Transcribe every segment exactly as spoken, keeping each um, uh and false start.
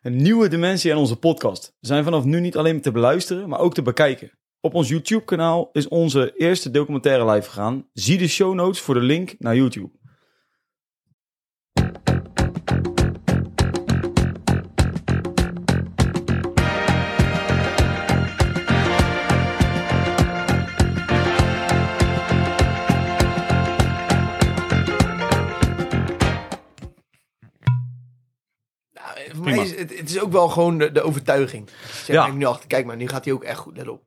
Een nieuwe dimensie aan onze podcast. We zijn vanaf nu niet alleen te beluisteren, maar ook te bekijken. Op ons YouTube-kanaal is onze eerste documentaire live gegaan. Zie de show notes voor de link naar YouTube. Voor mij is het, het is ook wel gewoon de, de overtuiging. Zeg, Ja. ik nu achter, kijk maar, nu gaat hij ook echt goed, let op.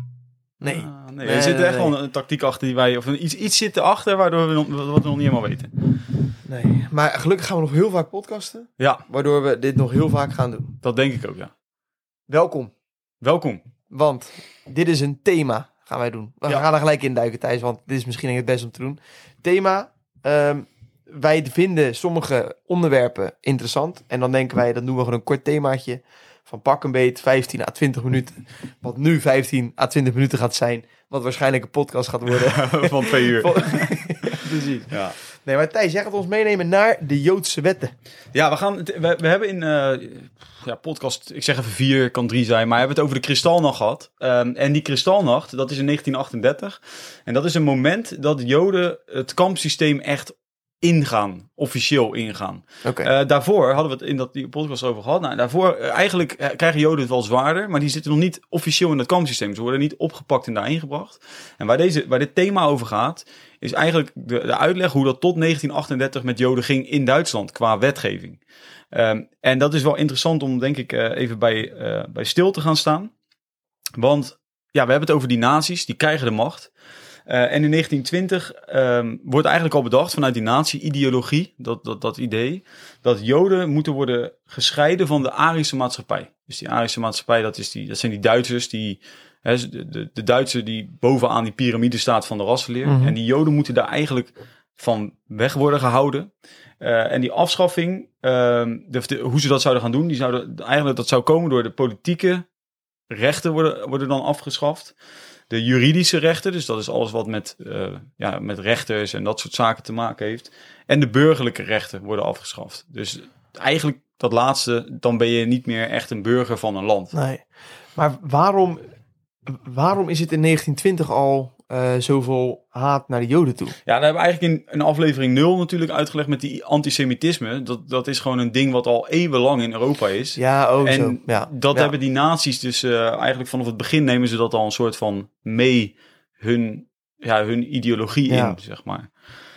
Nee. Ah, nee, Nee, er zit nee, echt nee. wel een tactiek achter die wij, of een, iets, iets zit erachter waardoor we nog, wat we nog niet helemaal weten. nee. Maar gelukkig gaan we nog heel vaak podcasten, Ja, waardoor we dit nog heel vaak gaan doen. dat denk ik ook, ja. Welkom, Welkom. want dit is een thema, gaan wij doen. We Ja. gaan er gelijk in duiken, Thijs, want dit is misschien het best om te doen. Thema, ehm, wij vinden sommige onderwerpen interessant. En dan denken wij, dan doen we gewoon een kort themaatje van pak een beet, vijftien à twintig minuten. Wat nu vijftien à twintig minuten gaat zijn, wat waarschijnlijk een podcast gaat worden. Van twee uur. Van- Precies. Ja. Nee, maar Thijs, jij gaat ons meenemen naar de Joodse wetten. Ja, we, gaan, het- we, we hebben in eh, ja, podcast, ik zeg even vier, kan drie zijn, maar we hebben het over de Kristalnacht gehad. Um, en die Kristalnacht, dat is in negentien achtendertig. En dat is een moment dat Joden het kampsysteem echt ingaan, officieel ingaan. Oké. Uh, daarvoor hadden we het in dat, die podcast over gehad. Nou, daarvoor, uh, eigenlijk uh, krijgen Joden het wel zwaarder, maar die zitten nog niet officieel in het kampsysteem. Ze worden niet opgepakt en daarin gebracht. En waar, deze, waar dit thema over gaat, is eigenlijk de, de uitleg hoe dat tot negentien achtendertig met Joden ging in Duitsland qua wetgeving. Um, en dat is wel interessant om, denk ik, uh, even bij, uh, bij stil te gaan staan. Want ja, we hebben het over die nazi's, die krijgen de macht. Uh, en in negentien twintig um, wordt eigenlijk al bedacht vanuit die nazi-ideologie, dat, dat, dat idee, dat Joden moeten worden gescheiden van de Arische maatschappij. Dus die Arische maatschappij, dat, is die, dat zijn die Duitsers, die, hè, de, de, de Duitser die bovenaan die piramide staat van de rassenleer. Mhm. En die Joden moeten daar eigenlijk van weg worden gehouden. Uh, en die afschaffing, um, de, de, hoe ze dat zouden gaan doen, die zouden, eigenlijk dat zou komen door de politieke rechten worden, worden dan afgeschaft. De juridische rechten, dus dat is alles wat met, uh, ja, met rechters en dat soort zaken te maken heeft. En de burgerlijke rechten worden afgeschaft. Dus eigenlijk dat laatste, dan ben je niet meer echt een burger van een land. Nee. Maar waarom, waarom is het in negentien twintig al uh, zoveel haat naar de Joden toe? Ja, daar hebben we eigenlijk in, in aflevering nul natuurlijk uitgelegd met die antisemitisme. Dat, dat is gewoon een ding wat al eeuwenlang in Europa is. Ja, oh en zo. Ja. dat ja. hebben die nazi's dus uh, eigenlijk vanaf het begin nemen ze dat al een soort van mee hun, ja, hun ideologie Ja. in, zeg maar.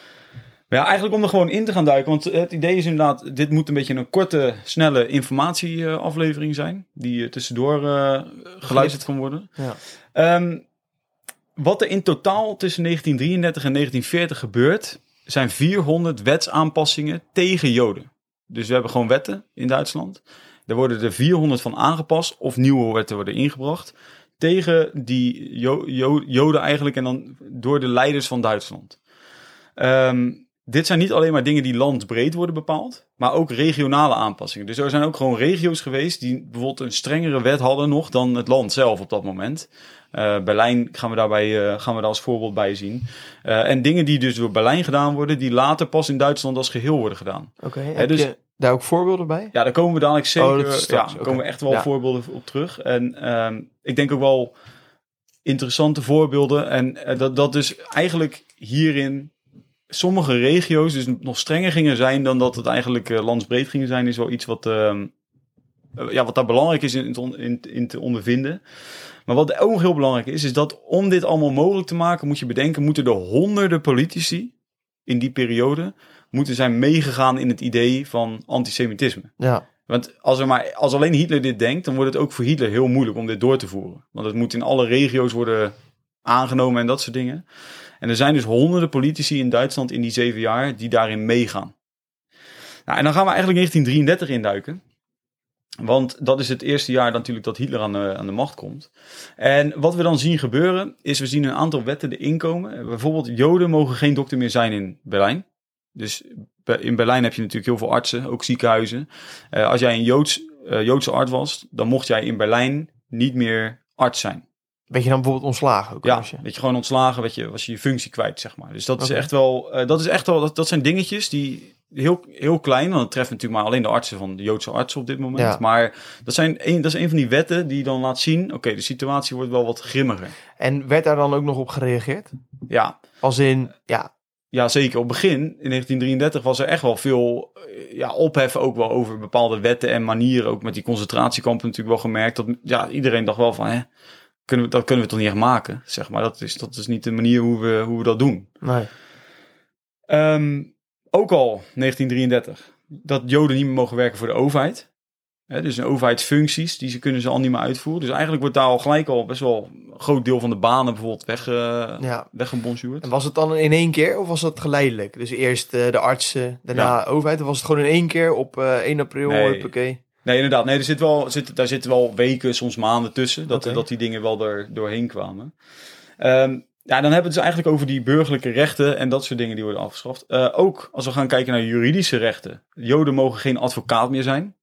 Maar ja, eigenlijk om er gewoon in te gaan duiken. Want het idee is inderdaad, dit moet een beetje een korte, snelle informatieaflevering zijn. Die uh, tussendoor uh, geluisterd kan worden. Ja. Um, wat er in totaal tussen negentien drieëndertig en negentien veertig gebeurt, zijn vierhonderd wetsaanpassingen tegen Joden. Dus we hebben gewoon wetten in Duitsland. Daar worden er vierhonderd van aangepast of nieuwe wetten worden ingebracht tegen die jo- jo- Joden eigenlijk en dan door de leiders van Duitsland. Um, dit zijn niet alleen maar dingen die landbreed worden bepaald, maar ook regionale aanpassingen. Dus er zijn ook gewoon regio's geweest die bijvoorbeeld een strengere wet hadden nog dan het land zelf op dat moment. Uh, Berlijn gaan we, daarbij, uh, gaan we daar als voorbeeld bij zien. Uh, en dingen die dus door Berlijn gedaan worden, die later pas in Duitsland als geheel worden gedaan. Oké, Hè, heb dus, je daar ook voorbeelden bij? Ja, daar komen we dadelijk zeker, Oh, dat is straks, ja, okay. komen we echt wel ja. voorbeelden op terug. En um, ik denk ook wel interessante voorbeelden. En uh, dat, dat dus eigenlijk hierin sommige regio's dus nog strenger gingen zijn dan dat het eigenlijk uh, landsbreed gingen zijn, is wel iets wat, uh, uh, ja, wat daar belangrijk is in, in, in, in te ondervinden. Maar wat ook nog heel belangrijk is, is dat om dit allemaal mogelijk te maken, moet je bedenken, moeten er honderden politici in die periode moeten zijn meegegaan in het idee van antisemitisme. Ja. Want als, er maar, als alleen Hitler dit denkt, dan wordt het ook voor Hitler heel moeilijk om dit door te voeren. Want het moet in alle regio's worden aangenomen en dat soort dingen. En er zijn dus honderden politici in Duitsland in die zeven jaar die daarin meegaan. Nou, en dan gaan we eigenlijk negentien drieëndertig induiken. Want dat is het eerste jaar natuurlijk dat Hitler aan de, aan de macht komt. En wat we dan zien gebeuren, is we zien een aantal wetten erin komen. Bijvoorbeeld Joden mogen geen dokter meer zijn in Berlijn. Dus in Berlijn heb je natuurlijk heel veel artsen, ook ziekenhuizen. Uh, als jij een Joods, uh, Joodse arts was, dan mocht jij in Berlijn niet meer arts zijn. Ben je dan bijvoorbeeld ontslagen? Ook, Ja, als je... weet je gewoon ontslagen, weet je, was je je functie kwijt, zeg maar. Dus dat is Okay. echt wel, uh, dat is echt wel, dat, dat zijn dingetjes die heel, heel klein, want het treft natuurlijk maar alleen de artsen van de Joodse artsen op dit moment. Ja. Maar dat, zijn een, dat is een van die wetten die dan laat zien, oké, okay, de situatie wordt wel wat grimmiger. En werd daar dan ook nog op gereageerd? Ja. Als in, ja... Ja, zeker. Op het begin, in negentien drieëndertig, was er echt wel veel ja, ophef ook wel over bepaalde wetten en manieren. Ook met die concentratiekampen natuurlijk wel gemerkt. Dat ja, iedereen dacht wel van, hè, kunnen we, dat kunnen we toch niet echt maken, zeg maar. Dat is, dat is niet de manier hoe we, hoe we dat doen. Nee. Um, ook al negentien drieëndertig, dat Joden niet meer mogen werken voor de overheid. He, dus de overheidsfuncties, die ze kunnen ze al niet meer uitvoeren. Dus eigenlijk wordt daar al gelijk al best wel een groot deel van de banen bijvoorbeeld weg, uh, ja. weggebonjourd. En was het dan in één keer of was dat geleidelijk? Dus eerst uh, de artsen, daarna ja. overheid. Of was het gewoon in één keer op uh, één april? Nee. Okay. Nee, inderdaad. Nee, er zit wel, zit, daar zitten wel weken, soms maanden tussen. Dat, Okay. dat die dingen wel er doorheen kwamen. Um, ja, dan hebben we het dus eigenlijk over die burgerlijke rechten en dat soort dingen die worden afgeschaft. Uh, ook als we gaan kijken naar juridische rechten. Joden mogen geen advocaat meer zijn.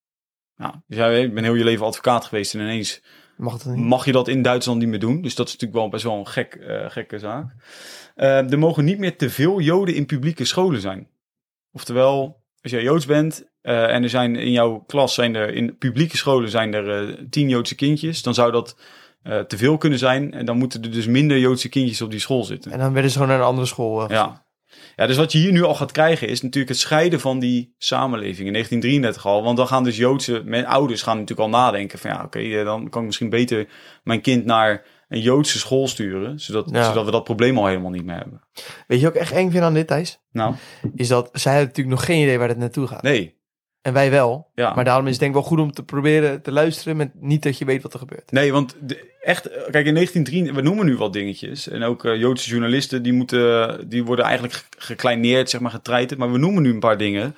Nou, dus ja, ik ben heel je leven advocaat geweest en ineens mag, het niet. mag je dat in Duitsland niet meer doen. Dus dat is natuurlijk wel best wel een gek, uh, gekke zaak. Uh, er mogen niet meer te veel Joden in publieke scholen zijn. Oftewel, als jij Joods bent uh, en er zijn in jouw klas zijn er in publieke scholen zijn er uh, tien Joodse kindjes, dan zou dat uh, te veel kunnen zijn en dan moeten er dus minder Joodse kindjes op die school zitten. En dan werden ze gewoon naar een andere school. Uh, ja. Ja, dus wat je hier nu al gaat krijgen is natuurlijk het scheiden van die samenleving in negentien drieëndertig al. Want dan gaan dus Joodse, mijn ouders gaan natuurlijk al nadenken van ja, oké, okay, dan kan ik misschien beter mijn kind naar een Joodse school sturen, zodat, ja. zodat we dat probleem al helemaal niet meer hebben. Weet je ook echt eng vind aan dit, Thijs? Nou? Is dat zij hebben natuurlijk nog geen idee waar het naartoe gaat. Nee. En wij wel. Ja. Maar daarom is het denk ik wel goed om te proberen te luisteren met niet dat je weet wat er gebeurt. Nee, want de, echt, kijk in negentien drieëndertig, we noemen nu wat dingetjes. En ook uh, Joodse journalisten, die, moeten, die worden eigenlijk gekleineerd, zeg maar, getreiterd. Maar we noemen nu een paar dingen.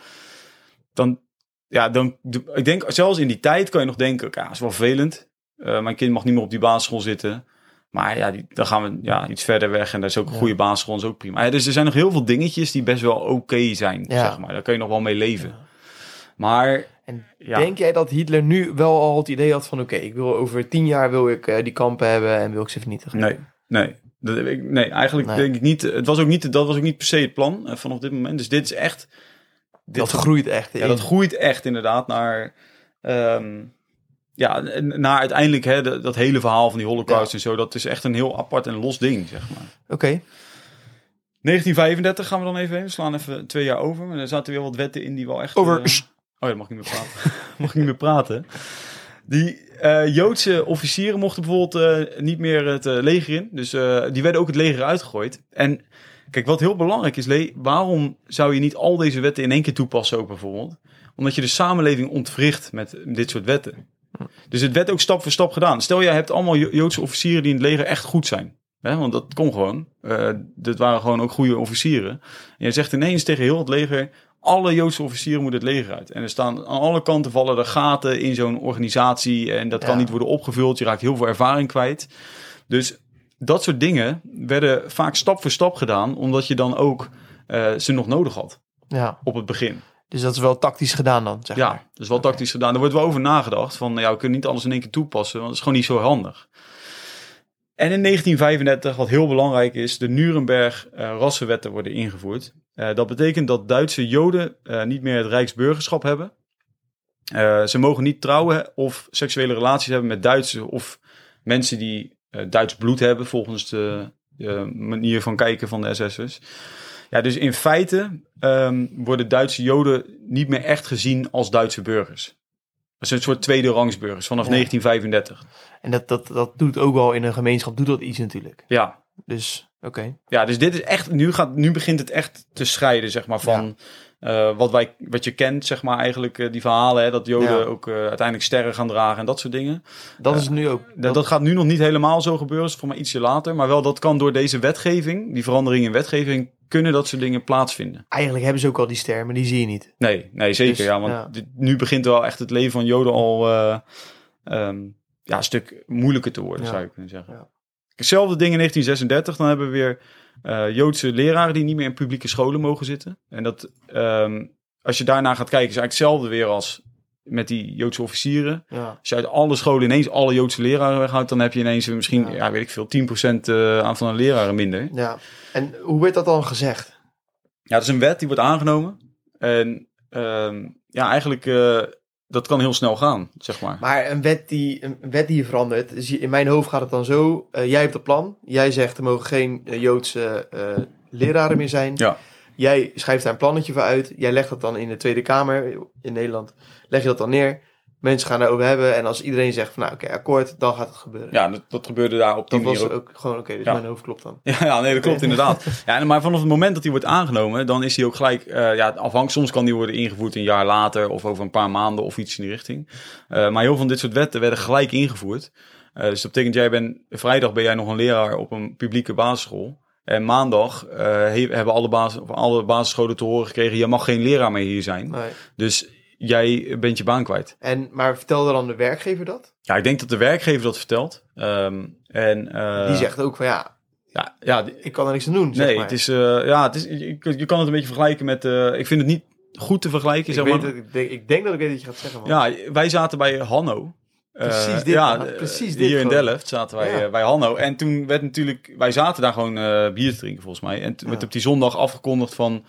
Dan, ja, dan, de, ik denk, zelfs in die tijd kan je nog denken, ja, is wel vervelend. Uh, mijn kind mag niet meer op die basisschool zitten. Maar ja, die, dan gaan we ja, iets verder weg en daar is ook een ja. goede basisschool, is ook prima. Ja, dus er zijn nog heel veel dingetjes die best wel oké okay zijn, ja. zeg maar. Daar kun je nog wel mee leven. Ja. Maar en ja. denk jij dat Hitler nu wel al het idee had van oké, okay, ik wil over tien jaar wil ik uh, die kampen hebben en wil ik ze vernietigen? Nee, nee. Dat, ik, nee, eigenlijk nee. denk ik niet. Het was ook niet. Dat was ook niet per se het plan uh, vanaf dit moment. Dus dit is echt. Dit dat groeit echt. Ja, in. dat groeit echt inderdaad naar. Um, ja, naar uiteindelijk hè, de, dat hele verhaal van die Holocaust ja. en zo. Dat is echt een heel apart en los ding, zeg maar. Oké. Okay. negentien vijfendertig gaan we dan even heen. We slaan even twee jaar over. En er zaten weer wat wetten in die wel echt... Over. Uh, oh ja, mag ik niet meer praten. mag ik niet meer praten. Die uh, Joodse officieren mochten bijvoorbeeld uh, niet meer het uh, leger in. Dus uh, die werden ook het leger uitgegooid. En kijk, wat heel belangrijk is, Lee, waarom zou je niet al deze wetten in één keer toepassen ook bijvoorbeeld? Omdat je de samenleving ontwricht met dit soort wetten. Dus het werd ook stap voor stap gedaan. Stel, jij hebt allemaal Joodse officieren die in het leger echt goed zijn. Hè? Want dat kon gewoon. Uh, dat waren gewoon ook goede officieren. En je zegt ineens tegen heel het leger, alle Joodse officieren moeten het leger uit. En er staan aan alle kanten vallen er gaten in zo'n organisatie. En dat ja. kan niet worden opgevuld. Je raakt heel veel ervaring kwijt. Dus dat soort dingen werden vaak stap voor stap gedaan. Omdat je dan ook uh, ze nog nodig had. Ja. Op het begin. Dus dat is wel tactisch gedaan dan, zeg ja, maar. dat is wel okay. tactisch gedaan. Er wordt wel over nagedacht. Van, ja, we kunnen niet alles in één keer toepassen. Want dat is gewoon niet zo handig. En in negentien vijfendertig, wat heel belangrijk is, de Nuremberg uh, rassenwetten worden ingevoerd. Uh, dat betekent dat Duitse Joden uh, niet meer het Rijksburgerschap hebben. Uh, ze mogen niet trouwen of seksuele relaties hebben met Duitsers of mensen die uh, Duits bloed hebben, volgens de uh, manier van kijken van de S S'ers. Ja, dus in feite um, worden Duitse Joden niet meer echt gezien als Duitse burgers. Dat is een soort tweede rangsburgers vanaf ja. negentien vijfendertig. En dat, dat, dat doet ook wel in een gemeenschap, doet dat iets natuurlijk. Ja. Dus, oké. Okay. Ja, dus dit is echt, nu, gaat, nu begint het echt te scheiden, zeg maar, van ja. uh, wat, wij, wat je kent, zeg maar, eigenlijk uh, die verhalen, hè, dat Joden ja. ook uh, uiteindelijk sterren gaan dragen en dat soort dingen. Dat uh, is nu ook. Dat, dat gaat nu nog niet helemaal zo gebeuren, is voor mij ietsje later, maar wel dat kan door deze wetgeving, die verandering in wetgeving, kunnen dat soort dingen plaatsvinden. Eigenlijk hebben ze ook al die ster, maar die zie je niet. Nee, nee zeker, dus, ja, want ja. Dit, nu begint wel echt het leven van Joden al uh, um, ja, een stuk moeilijker te worden, ja. zou je kunnen zeggen. Ja. Hetzelfde ding in negentien zesendertig, dan hebben we weer uh, Joodse leraren die niet meer in publieke scholen mogen zitten. En dat, um, als je daarna gaat kijken, is eigenlijk hetzelfde weer als met die Joodse officieren. Ja. Als je uit alle scholen ineens alle Joodse leraren weghoudt, dan heb je ineens misschien, ja, ja weet ik veel, tien procent uh, aan van de leraren minder. Ja, en hoe werd dat dan gezegd? Ja, dat is een wet die wordt aangenomen. En um, ja, eigenlijk, uh, dat kan heel snel gaan, zeg maar. Maar een wet die, een wet die je verandert, dus in mijn hoofd gaat het dan zo. Uh, jij hebt een plan. Jij zegt, er mogen geen uh, Joodse uh, leraren meer zijn. Ja. Jij schrijft daar een plannetje voor uit. Jij legt dat dan in de Tweede Kamer in Nederland. Leg je dat dan neer. Mensen gaan daarover hebben. En als iedereen zegt van, nou oké, okay, akkoord, dan gaat het gebeuren. Ja, dat, dat gebeurde daar op die dat manier was ook. ook gewoon oké, okay, dus ja. mijn hoofd klopt dan. Ja, ja nee, dat klopt inderdaad. Ja, maar vanaf het moment dat die wordt aangenomen, dan is die ook gelijk, uh, ja, afhankelijk, soms kan die worden ingevoerd een jaar later of over een paar maanden of iets in die richting. Uh, maar heel veel van dit soort wetten werden gelijk ingevoerd. Uh, dus dat betekent, jij bent, vrijdag ben jij nog een leraar op een publieke basisschool. En maandag uh, he, hebben alle, basis, of alle basisscholen te horen gekregen, je mag geen leraar meer hier zijn. Nee. Dus jij bent je baan kwijt. En, maar vertelde dan de werkgever dat? Ja, ik denk dat de werkgever dat vertelt. Um, en, uh, die zegt ook van ja, ja, ja die, ik kan er niks aan doen. Zeg nee, maar. het is, uh, ja, het is, je, je kan het een beetje vergelijken met, uh, ik vind het niet goed te vergelijken. Ik, zeg weet maar. dat, ik, denk, ik denk dat ik weet wat je gaat zeggen. Man. Ja, wij zaten bij Hanno. Precies uh, dit. Ja, man, precies dit hier in gewoon. Delft zaten wij ja. uh, bij Hanno. En toen werd natuurlijk, wij zaten daar gewoon uh, bier te drinken volgens mij. En toen werd ja. op die zondag afgekondigd van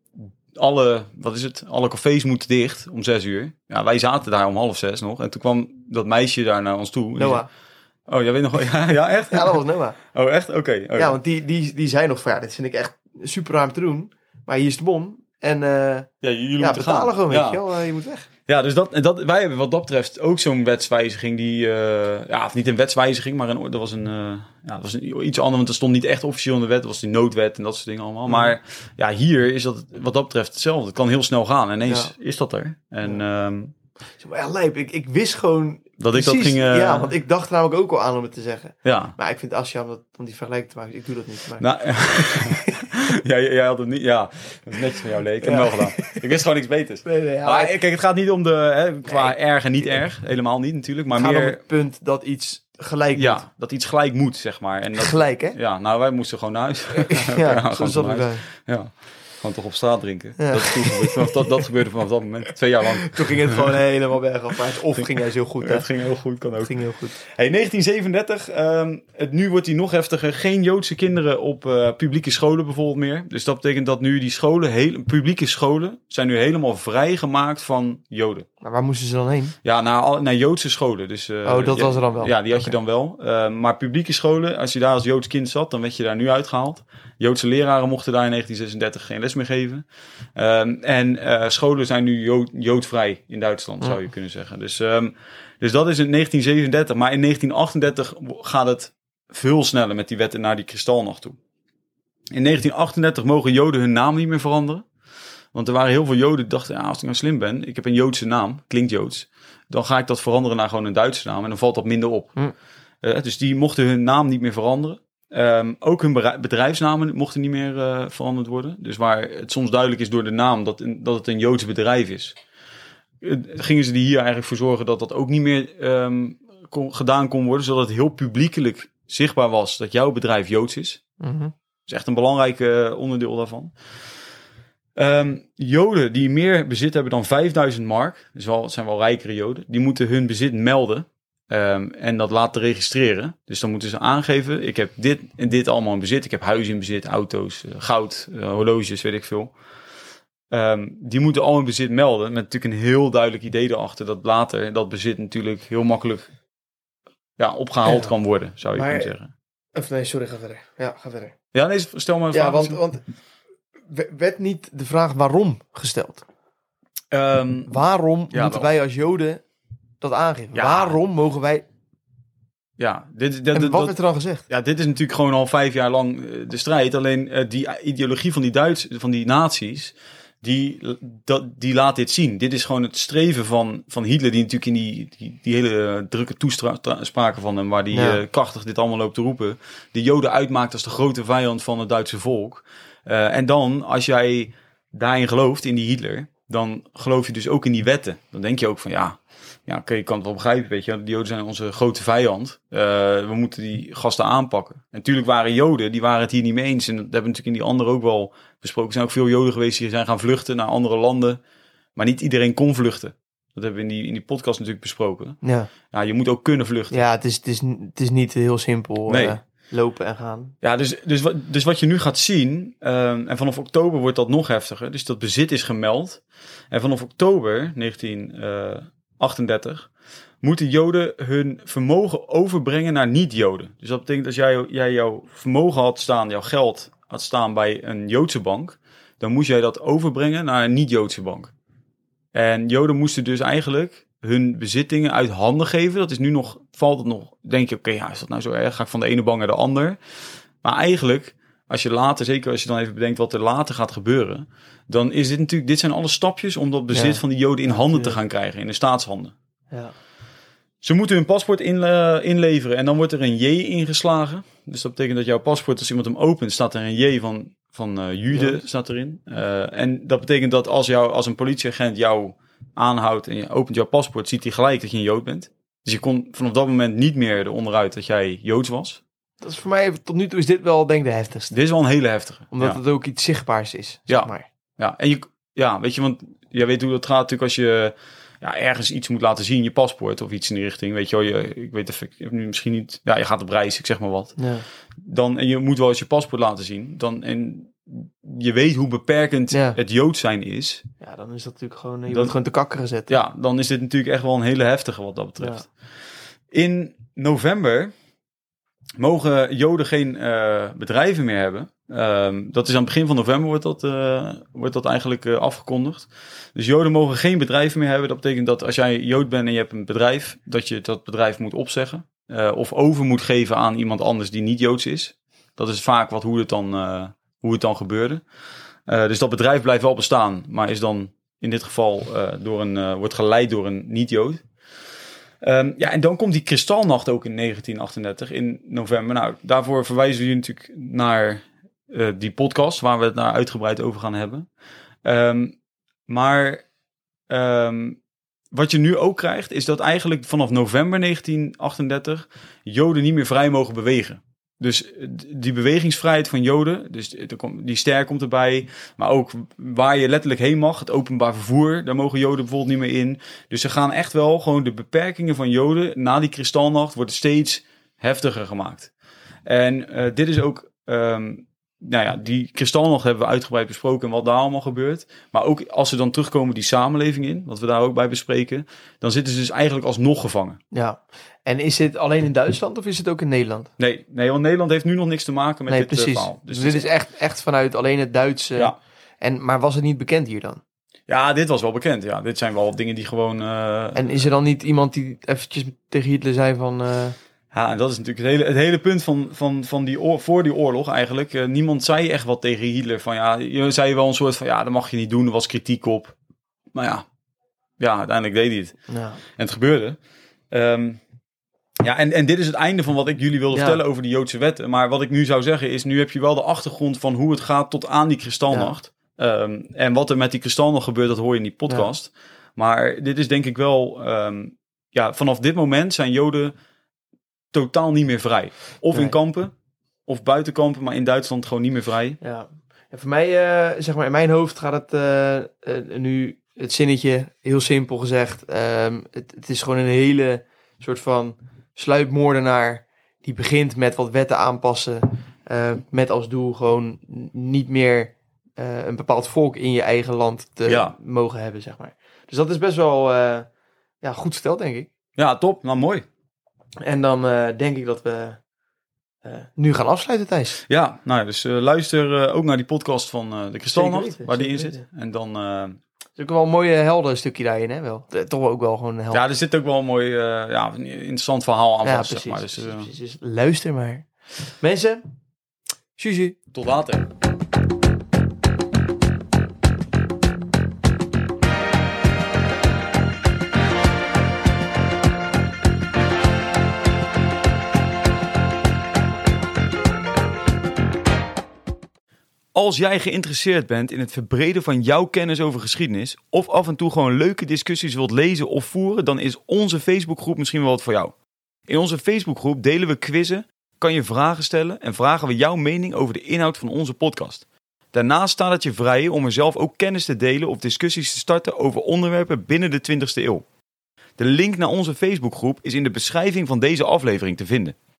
alle, wat is het, alle cafés moeten dicht om zes uur. Ja, wij zaten daar om half zes nog. En toen kwam dat meisje daar naar ons toe. Noah. Oh, jij weet nog wel? Ja, ja, echt? Ja, dat was Noah. Oh, echt? Oké. Okay. Oh, ja, want die, die, die zei nog van ja, dit vind ik echt super raar om te doen. Maar hier is de bon. En uh, ja, jullie ja, moeten betalen gaan. gewoon, weet ja. je wel. Uh, je moet weg. Ja, dus dat, dat, wij hebben wat dat betreft ook zo'n wetswijziging die... Uh, ja, of niet een wetswijziging, maar een, dat was een... Uh, ja, dat was een, iets anders, want er stond niet echt officieel in de wet. Dat was die noodwet en dat soort dingen allemaal. Mm. Maar ja, hier is dat wat dat betreft hetzelfde. Het kan heel snel gaan. En ineens ja. is dat er. En... Ja. Um, maar ja, lijp. Ik, ik wist gewoon... Dat precies, ik dat ging... Uh, ja, want ik dacht namelijk ook al aan om het te zeggen. Ja. Maar ik vind Asja om, dat, om die vergelijking te maken. Ik doe dat niet. Maar... Nou, ja, jij had het niet... Ja, dat is netjes van jou, Lee. Ik heb ja. hem wel gedaan. Ik wist gewoon niks beters. Nee, nee, ja, maar kijk, het gaat niet om de... Hè, qua nee, erg en niet erg. Helemaal niet natuurlijk. Maar het gaat meer... om het punt dat iets gelijk moet. Ja, dat iets gelijk moet, zeg maar. En dat, gelijk, hè? Ja, nou, wij moesten gewoon naar huis. ja, ja zo zat ik daar. Ja. Gewoon toch op straat drinken. Ja. Dat, gebeurde, dat, dat gebeurde vanaf dat moment, twee jaar lang. Toen ging het gewoon helemaal bergaf. Maar het of ging hij zo goed, hè? Het ging heel goed, kan ook. Het ging heel goed. Hey, negentien zevenendertig, um, het, nu wordt die nog heftiger. Geen Joodse kinderen op uh, publieke scholen bijvoorbeeld meer. Dus dat betekent dat nu die scholen, heel, publieke scholen, zijn nu helemaal vrijgemaakt van Joden. Maar waar moesten ze dan heen? Ja, naar, naar Joodse scholen. Dus, uh, oh, dat ja, was er dan wel? Ja, die had okay. je dan wel. Uh, maar publieke scholen, als je daar als Joods kind zat, dan werd je daar nu uitgehaald. Joodse leraren mochten daar in negentien zesendertig geen les meer geven. Um, en uh, scholen zijn nu Jood, Joodvrij in Duitsland, zou je kunnen zeggen. Dus, um, dus dat is in negentien zevenendertig. Maar in negentien achtendertig gaat het veel sneller met die wetten naar die kristalnacht toe. In negentien achtendertig mogen Joden hun naam niet meer veranderen. Want er waren heel veel Joden die dachten, ja, als ik nou slim ben, ik heb een Joodse naam, klinkt Joods, dan ga ik dat veranderen naar gewoon een Duitse naam en dan valt dat minder op. Hm. Uh, dus die mochten hun naam niet meer veranderen. Um, ook hun bedrijfsnamen mochten niet meer uh, veranderd worden. Dus waar het soms duidelijk is door de naam dat, dat het een Joods bedrijf is, uh, gingen ze er hier eigenlijk voor zorgen dat dat ook niet meer um, kon, gedaan kon worden, zodat het heel publiekelijk zichtbaar was dat jouw bedrijf Joods is. Mm-hmm. Dat is echt een belangrijk uh, onderdeel daarvan. Um, Joden die meer bezit hebben dan vijfduizend mark, dus wel, het zijn wel rijkere Joden, die moeten hun bezit melden um, en dat laten registreren. Dus dan moeten ze aangeven, ik heb dit en dit allemaal in bezit. Ik heb huizen in bezit, auto's, uh, goud, uh, horloges, weet ik veel. Um, die moeten al in bezit melden, met natuurlijk een heel duidelijk idee erachter dat later dat bezit natuurlijk heel makkelijk ja, opgehaald ja. kan worden, zou je maar, kunnen zeggen. Of nee, sorry, ga verder. Ja, ga verder. Ja, nee, stel maar een ja, vraag. Want, want werd niet de vraag waarom gesteld? Um, waarom ja, moeten wel. wij als Joden dat aangeven? Ja. Waarom mogen wij... Ja, dit, dit, en dit, wat dat, werd er dan gezegd? Ja, dit is natuurlijk gewoon al vijf jaar lang uh, de strijd. Alleen uh, die ideologie van die Duits, van die nazi's, die, dat, die laat dit zien. Dit is gewoon het streven van, van Hitler, die natuurlijk in die, die, die hele uh, drukke toespraken van hem, waar die ja. uh, krachtig dit allemaal loopt te roepen, de Joden uitmaakt als de grote vijand van het Duitse volk. Uh, en dan, als jij daarin gelooft, in die Hitler, dan geloof je dus ook in die wetten. Dan denk je ook van, ja, ja oké, okay, ik kan het wel begrijpen, weet je. De Joden zijn onze grote vijand. Uh, we moeten die gasten aanpakken. En natuurlijk waren Joden, die waren het hier niet mee eens. En dat hebben we natuurlijk in die anderen ook wel besproken. Er zijn ook veel Joden geweest die zijn gaan vluchten naar andere landen. Maar niet iedereen kon vluchten. Dat hebben we in die, in die podcast natuurlijk besproken. Ja. Ja, je moet ook kunnen vluchten. Ja, het is, het is, het is niet heel simpel. Nee. Uh, lopen en gaan. Ja, dus, dus, wat- dus wat je nu gaat zien, ehm, en vanaf oktober wordt dat nog heftiger, dus dat bezit is gemeld. En vanaf oktober negentien achtendertig moeten Joden hun vermogen overbrengen naar niet-Joden. Dus dat betekent dat jij, jij jouw vermogen had staan, jouw geld had staan bij een Joodse bank, dan moest jij dat overbrengen naar een niet-Joodse bank. En Joden moesten dus eigenlijk hun bezittingen uit handen geven. Dat is nu nog, valt het nog, denk je, oké, ja, is dat nou zo erg? Ga ik van de ene bank naar de ander? Maar eigenlijk, als je later, zeker als je dan even bedenkt wat er later gaat gebeuren, dan is dit natuurlijk, dit zijn alle stapjes om dat bezit Ja. van die Joden in handen te Ja. gaan krijgen, in de staatshanden. Ja. Ze moeten hun paspoort in, eh, inleveren en dan wordt er een J ingeslagen. Dus dat betekent dat jouw paspoort, als iemand hem opent, staat er een J van, van eh Jude Ja. staat erin. Eh, en dat betekent dat als, jou, als een politieagent jou aanhoudt en je opent jouw paspoort, ziet hij gelijk dat je een Jood bent. Dus je kon vanaf dat moment niet meer eronder uit dat jij Joods was. Dat is voor mij, tot nu toe is dit wel denk ik de heftigste. Dit is wel een hele heftige. Omdat ja. het ook iets zichtbaars is, Ja. zeg maar. Ja, en je, ja, weet je, want jij weet hoe dat gaat natuurlijk als je ja, ergens iets moet laten zien, je paspoort of iets in die richting. Weet je wel, je, ik weet even, ik heb nu misschien niet, ja, je gaat op reis, ik zeg maar wat. Ja. Dan, en je moet wel eens je paspoort laten zien. Dan, en je weet hoe beperkend Ja. het Joods zijn is. ja, dan is dat natuurlijk gewoon, je Dat- wordt gewoon te kakken gezet. Ja, dan is dit natuurlijk echt wel een hele heftige wat dat betreft. In november mogen Joden geen eh, bedrijven meer hebben. Ehm, dat is aan het begin van november wordt dat, eh, wordt dat eigenlijk eh, afgekondigd. Dus Joden mogen geen bedrijven meer hebben. Dat betekent dat als jij Jood bent en je hebt een bedrijf, dat je dat bedrijf moet opzeggen. eh, of over moet geven aan iemand anders die niet Joods is. Dat is vaak wat, hoe, het dan, eh, hoe het dan gebeurde. Eh, dus dat bedrijf blijft wel bestaan, maar is dan in dit geval eh, door een, eh, wordt geleid door een niet-Jood. Um, ja, en dan komt die kristalnacht ook in negentien achtendertig, in november. Nou, daarvoor verwijzen we jullie natuurlijk naar uh, die podcast, waar we het daar uitgebreid over gaan hebben. Um, maar um, wat je nu ook krijgt, is dat eigenlijk vanaf november negentien achtendertig Joden niet meer vrij mogen bewegen. Dus die bewegingsvrijheid van Joden, dus die ster komt erbij, maar ook waar je letterlijk heen mag, het openbaar vervoer, daar mogen Joden bijvoorbeeld niet meer in. Dus ze gaan echt wel gewoon de beperkingen van Joden na die kristalnacht worden steeds heftiger gemaakt. En uh, dit is ook, um, nou ja, die kristalnacht hebben we uitgebreid besproken en wat daar allemaal gebeurt. Maar ook als ze dan terugkomen die samenleving in, wat we daar ook bij bespreken, dan zitten ze dus eigenlijk alsnog gevangen. Ja. En is dit alleen in Duitsland of is het ook in Nederland? Nee, nee, want Nederland heeft nu nog niks te maken met nee, dit precies. uh, verhaal. Dus, dus dit is echt, echt vanuit alleen het Duitse. Ja. En, maar was het niet bekend hier dan? Ja, dit was wel bekend. Ja, dit zijn wel dingen die gewoon... Uh, en is er dan niet iemand die eventjes tegen Hitler zei van... Uh... Ja, en dat is natuurlijk het hele, het hele punt van, van, van die oor, voor die oorlog eigenlijk. Uh, niemand zei echt wat tegen Hitler. Van ja, je zei wel een soort van ja, dat mag je niet doen. Er was kritiek op. Maar ja, ja uiteindelijk deed hij het. Ja. En het gebeurde. Um, Ja, en, en dit is het einde van wat ik jullie wilde ja. vertellen over de Joodse wetten. Maar wat ik nu zou zeggen is, nu heb je wel de achtergrond van hoe het gaat tot aan die kristalnacht. Ja. Um, en wat er met die kristalnacht gebeurt, dat hoor je in die podcast. Ja. Maar dit is denk ik wel, um, ja, vanaf dit moment zijn Joden totaal niet meer vrij. Of nee. in kampen, of buiten kampen, maar in Duitsland gewoon niet meer vrij. Ja, en voor mij, uh, zeg maar, in mijn hoofd gaat het uh, uh, nu, het zinnetje, heel simpel gezegd. Um, het, het is gewoon een hele soort van sluipmoordenaar die begint met wat wetten aanpassen. Uh, met als doel gewoon niet meer uh, een bepaald volk in je eigen land te ja. mogen hebben, zeg maar. Dus dat is best wel uh, ja, goed verteld, denk ik. Ja, top. Nou, mooi. En dan uh, denk ik dat we uh, nu gaan afsluiten, Thijs. Ja, nou, dus uh, luister uh, ook naar die podcast van uh, de Kristalnacht, waar die in zit. Weten. En dan... Uh, Het is ook wel een mooie helden stukje daarin, hè? Wel. Toch ook wel gewoon een held. Ja, er zit ook wel een mooi, uh, ja, een interessant verhaal aan ja, vast, precies, zeg maar. Dus, precies, uh, precies. Dus luister maar. Mensen, Suzy. Tot later. Als jij geïnteresseerd bent in het verbreden van jouw kennis over geschiedenis, of af en toe gewoon leuke discussies wilt lezen of voeren, dan is onze Facebookgroep misschien wel wat voor jou. In onze Facebookgroep delen we quizzen, kan je vragen stellen en vragen we jouw mening over de inhoud van onze podcast. Daarnaast staat het je vrij om er zelf ook kennis te delen of discussies te starten over onderwerpen binnen de twintigste eeuw. De link naar onze Facebookgroep is in de beschrijving van deze aflevering te vinden.